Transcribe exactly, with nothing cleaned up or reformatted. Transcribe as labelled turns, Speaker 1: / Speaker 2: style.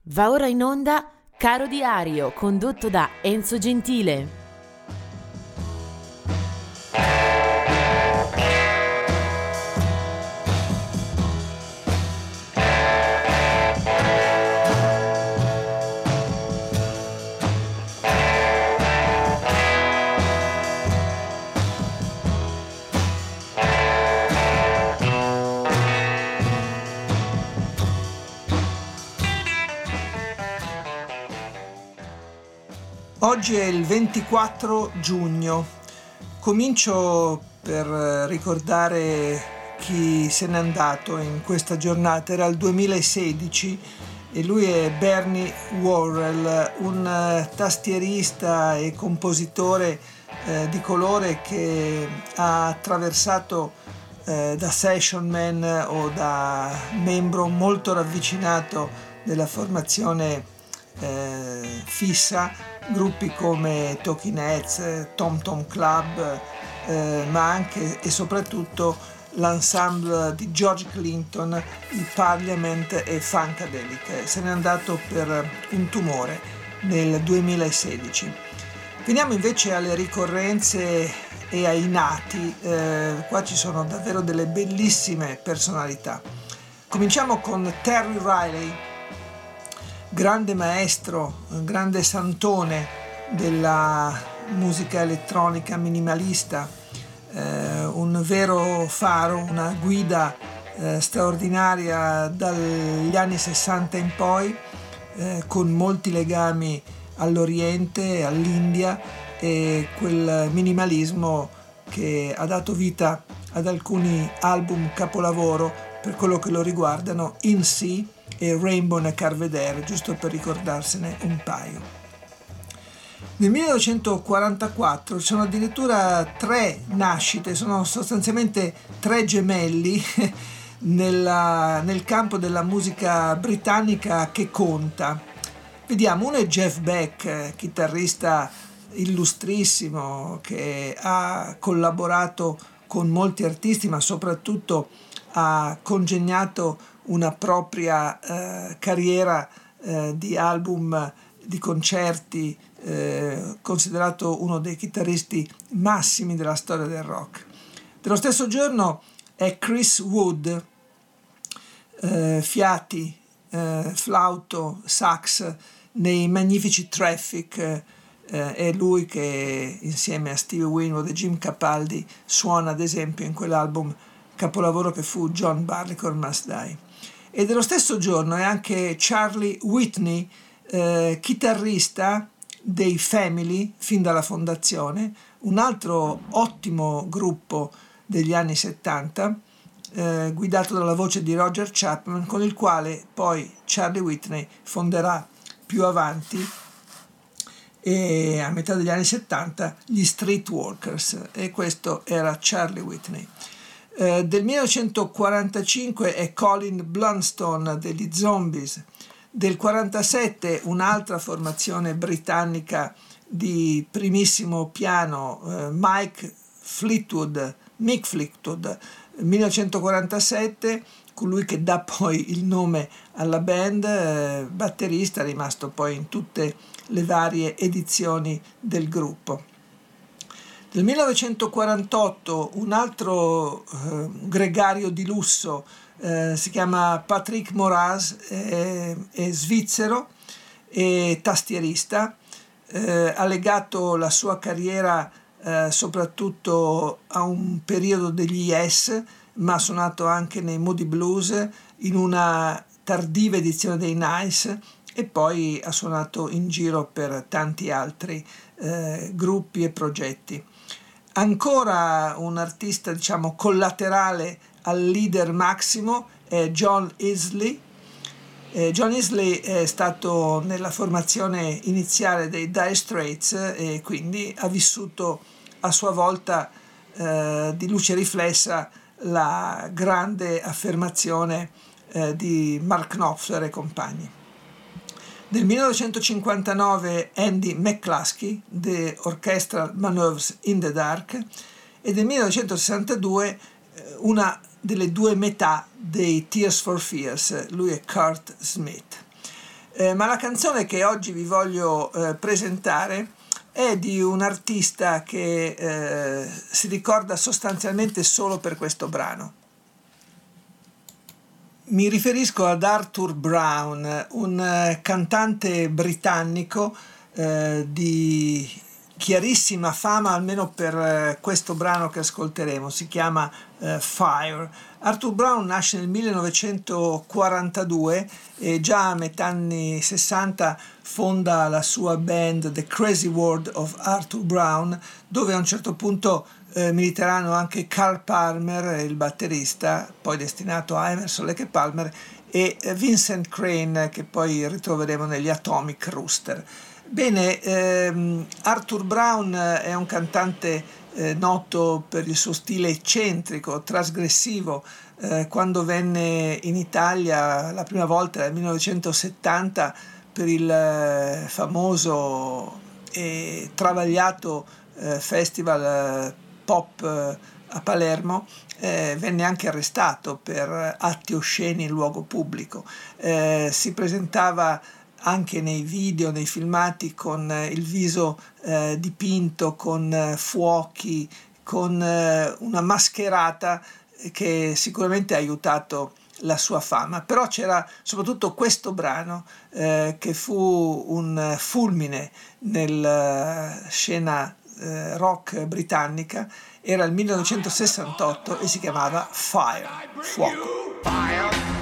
Speaker 1: Va ora in onda Caro Diario, condotto da Enzo Gentile.
Speaker 2: Oggi è il ventiquattro giugno. Comincio per ricordare chi se n'è andato in questa giornata. Era il duemilasedici e lui è Bernie Worrell, un tastierista e compositore eh, di colore che ha attraversato eh, da session man o da membro molto ravvicinato della formazione eh, fissa gruppi come Talking Heads, Tom Tom Club, eh, ma anche e soprattutto l'ensemble di George Clinton, i Parliament e Funkadelic. Se n'è andato per un tumore nel duemilasedici. Veniamo invece alle ricorrenze e ai nati. Eh, qua ci sono davvero delle bellissime personalità. Cominciamo con Terry Riley, grande maestro, grande santone della musica elettronica minimalista, eh, un vero faro, una guida eh, straordinaria dagli anni sessanta in poi, eh, con molti legami all'Oriente, all'India, e quel minimalismo che ha dato vita ad alcuni album capolavoro per quello che lo riguardano, In Sea e Rainbow nel Carvedere, giusto per ricordarsene un paio. Nel millenovecentoquarantaquattro ci sono addirittura tre nascite, sono sostanzialmente tre gemelli nella, nel campo della musica britannica che conta. Vediamo, uno è Jeff Beck, chitarrista illustrissimo che ha collaborato con molti artisti, ma soprattutto ha congegnato una propria eh, carriera eh, di album, di concerti, eh, considerato uno dei chitarristi massimi della storia del rock. Dello stesso giorno è Chris Wood, eh, fiati, eh, flauto, sax nei magnifici Traffic. Eh, è lui che insieme a Stevie Winwood e Jim Capaldi suona ad esempio in quell'album capolavoro che fu John Barleycorn Must Die. E dello stesso giorno è anche Charlie Whitney, eh, chitarrista dei Family fin dalla fondazione, un altro ottimo gruppo degli anni settanta, eh, guidato dalla voce di Roger Chapman, con il quale poi Charlie Whitney fonderà più avanti, e a metà degli anni settanta, gli Streetwalkers, e questo era Charlie Whitney. Uh, del millenovecentoquarantacinque è Colin Blunstone degli Zombies. Del quarantasette un'altra formazione britannica di primissimo piano, uh, Mike Fleetwood, Mick Fleetwood, millenovecentoquarantasette, colui che dà poi il nome alla band, uh, batterista, rimasto poi in tutte le varie edizioni del gruppo. Nel millenovecentoquarantotto un altro eh, gregario di lusso, eh, si chiama Patrick Moraz, è, è svizzero e tastierista, eh, ha legato la sua carriera eh, soprattutto a un periodo degli Yes, ma ha suonato anche nei Moody Blues, in una tardiva edizione dei Nice, e poi ha suonato in giro per tanti altri eh, gruppi e progetti. Ancora un artista, diciamo, collaterale al leader massimo è John Isley. Eh, John Isley è stato nella formazione iniziale dei Dire Straits e quindi ha vissuto a sua volta eh, di luce riflessa la grande affermazione eh, di Mark Knopfler e compagni. Nel millenovecentocinquantanove Andy McCluskey, The Orchestral Manoeuvres in the Dark, e nel millenovecentosessantadue una delle due metà dei Tears for Fears, lui è Kurt Smith. Eh, ma la canzone che oggi vi voglio eh, presentare è di un artista che eh, si ricorda sostanzialmente solo per questo brano. Mi riferisco ad Arthur Brown, un cantante britannico eh, di chiarissima fama, almeno per eh, questo brano che ascolteremo. Si chiama eh, Fire. Arthur Brown nasce nel millenovecentoquarantadue e già a metà anni sessanta fonda la sua band The Crazy World of Arthur Brown, dove a un certo punto eh, militeranno anche Carl Palmer, il batterista, poi destinato a Emerson Lake Palmer, e Vincent Crane, che poi ritroveremo negli Atomic Rooster. Bene, ehm, Arthur Brown è un cantante eh, noto per il suo stile eccentrico, trasgressivo. Eh, quando venne in Italia la prima volta nel millenovecentosettanta per il eh, famoso e travagliato eh, festival eh, pop eh, a Palermo, eh, venne anche arrestato per atti osceni in luogo pubblico. Eh, si presentava anche nei video, nei filmati, con eh, il viso eh, dipinto, con eh, fuochi, con eh, una mascherata che sicuramente ha aiutato la sua fama. Però c'era soprattutto questo brano eh, che fu un fulmine nella scena eh, rock britannica. Era il millenovecentosessantotto e si chiamava Fire, fuoco. Fire.